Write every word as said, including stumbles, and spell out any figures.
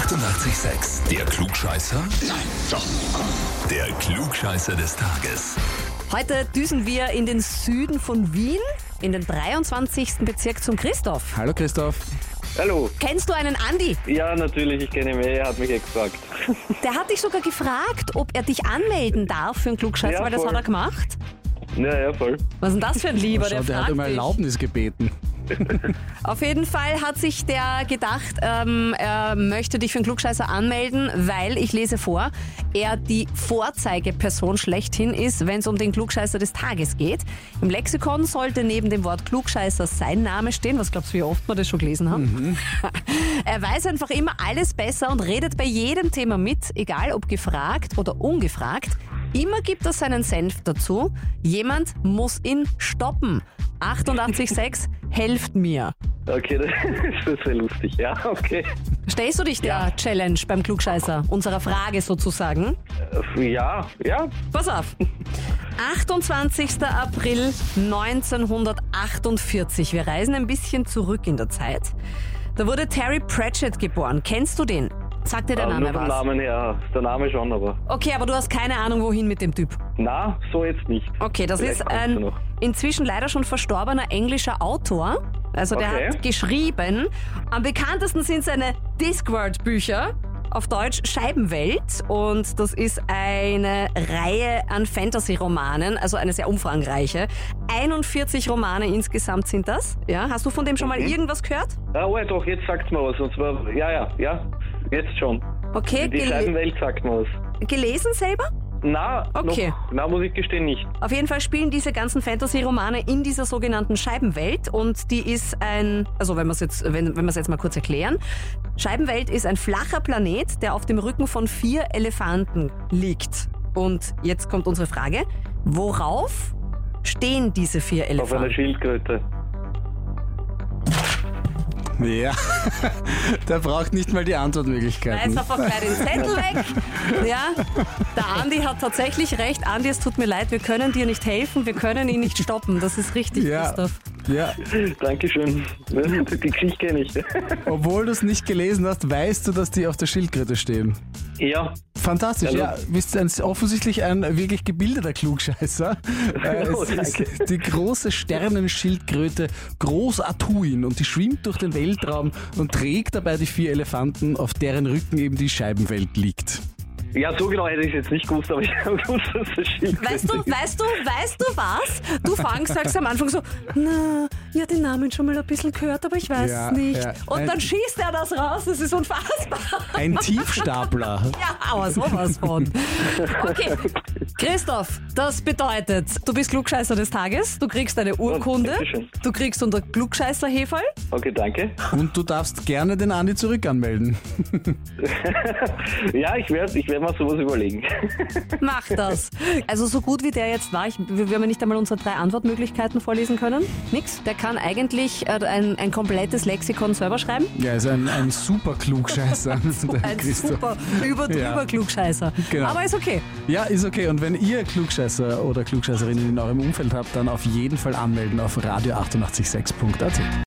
achtundachtzig Komma sechs. Der Klugscheißer? Nein, doch. Der Klugscheißer des Tages. Heute düsen wir in den Süden von Wien, in den dreiundzwanzigsten Bezirk zum Christoph. Hallo Christoph. Hallo. Kennst du einen Andi? Ja, natürlich, ich kenne ihn, er hat mich eh gefragt. Der hat dich sogar gefragt, ob er dich anmelden darf für einen Klugscheißer, Ja, weil das voll. hat er gemacht. Ja, ja, voll. Was ist denn das für ein Lieber, der Schau, der hat fragt um dich. Erlaubnis gebeten. Auf jeden Fall hat sich der gedacht, ähm, er möchte dich für einen Klugscheißer anmelden, weil, ich lese vor, er die Vorzeigeperson schlechthin ist, wenn es um den Klugscheißer des Tages geht. Im Lexikon sollte neben dem Wort Klugscheißer sein Name stehen. Was glaubst du, wie oft wir das schon gelesen haben? Mhm. Er weiß einfach immer alles besser und redet bei jedem Thema mit, egal ob gefragt oder ungefragt. Immer gibt er seinen Senf dazu. Jemand muss ihn stoppen. achtundachtzig Komma sechs, helft mir. Okay, das ist sehr lustig. Ja, okay. Stellst du dich der Ja. Challenge beim Klugscheißer, unserer Frage sozusagen? Äh, Ja, ja. Pass auf. achtundzwanzigster April neunzehnhundertachtundvierzig. Wir reisen ein bisschen zurück in der Zeit. Da wurde Terry Pratchett geboren. Kennst du den? Sagt dir der Äh, Name Nur vom was? Namen her, der Name schon, aber... Okay, aber du hast keine Ahnung, wohin mit dem Typ. Na, so jetzt nicht. Okay, das Vielleicht ist kommt's ja ein noch. inzwischen leider schon verstorbener englischer Autor. Also der Okay. hat geschrieben, am bekanntesten sind seine Discworld-Bücher, auf Deutsch Scheibenwelt. Und das ist eine Reihe an Fantasy-Romanen, also eine sehr umfangreiche. einundvierzig Romane insgesamt sind das. Ja, hast du von dem schon mal Mhm. irgendwas gehört? Ah, oh, ja, doch, jetzt sagt's mir was. Und zwar, ja, ja, ja, jetzt schon. Okay, Die gele Scheibenwelt sagt mir was. gelesen selber? Na, Okay. noch, na, muss ich gestehen, nicht. Auf jeden Fall spielen diese ganzen Fantasy-Romane in dieser sogenannten Scheibenwelt und die ist ein, also wenn wir es jetzt, wenn, wenn wir es jetzt mal kurz erklären, Scheibenwelt ist ein flacher Planet, der auf dem Rücken von vier Elefanten liegt. Und jetzt kommt unsere Frage, worauf stehen diese vier Auf einer Elefanten? Schildkröte. Ja, der braucht nicht mal die Da Antwortmöglichkeiten. ist einfach gleich den Zettel weg. Ja, der Andi hat tatsächlich recht. Andi, es tut mir leid, wir können dir nicht helfen, wir können ihn nicht stoppen. Das ist richtig, Ja. Christoph. Ja, Dankeschön. Die Geschichte kenne ich. obwohl du es nicht gelesen hast, weißt du, dass die auf der Schildkröte stehen. Ja, Fantastisch, Also- ja. Bist ein, offensichtlich ein wirklich gebildeter Klugscheißer. Äh, Oh, es danke. ist die große Sternenschildkröte Groß Atuin und die schwimmt durch den Weltraum und trägt dabei die vier Elefanten, auf deren Rücken eben die Scheibenwelt liegt. ja, so genau hätte ich es jetzt nicht gewusst, aber ich habe gewusst, dass das Schildkröte Weißt du, ist. weißt du, weißt du was? Du fangst, sagst am Anfang so, na, ja, den Namen schon mal ein bisschen gehört, aber ich weiß Ja, es nicht. ja. Und Ein- dann schießt er das raus, das ist unfassbar. Ein Tiefstapler. Ja, aber sowas von. Okay, Christoph, das bedeutet, du bist Klugscheißer des Tages, du kriegst eine Urkunde, Dankeschön. du kriegst unter Klugscheißer-Heferl. Okay, danke. Und du darfst gerne den Andi zurück anmelden. Ja, ich werde ich werd mal sowas überlegen. Mach das. Also so gut wie der jetzt war, ich, wir haben ja nicht einmal unsere drei Antwortmöglichkeiten vorlesen können. Nix. Der kann eigentlich äh, ein, ein komplettes Lexikon selber schreiben. Ja, ist ein, ein super Klugscheißer. der Ein Christoph. super über-drüber Ja. Klugscheißer. Genau. Aber ist okay. Ja, ist okay. Und wenn ihr Klugscheißer oder Klugscheißerinnen in eurem Umfeld habt, dann auf jeden Fall anmelden auf radio achtundachtzig sechs punkt at.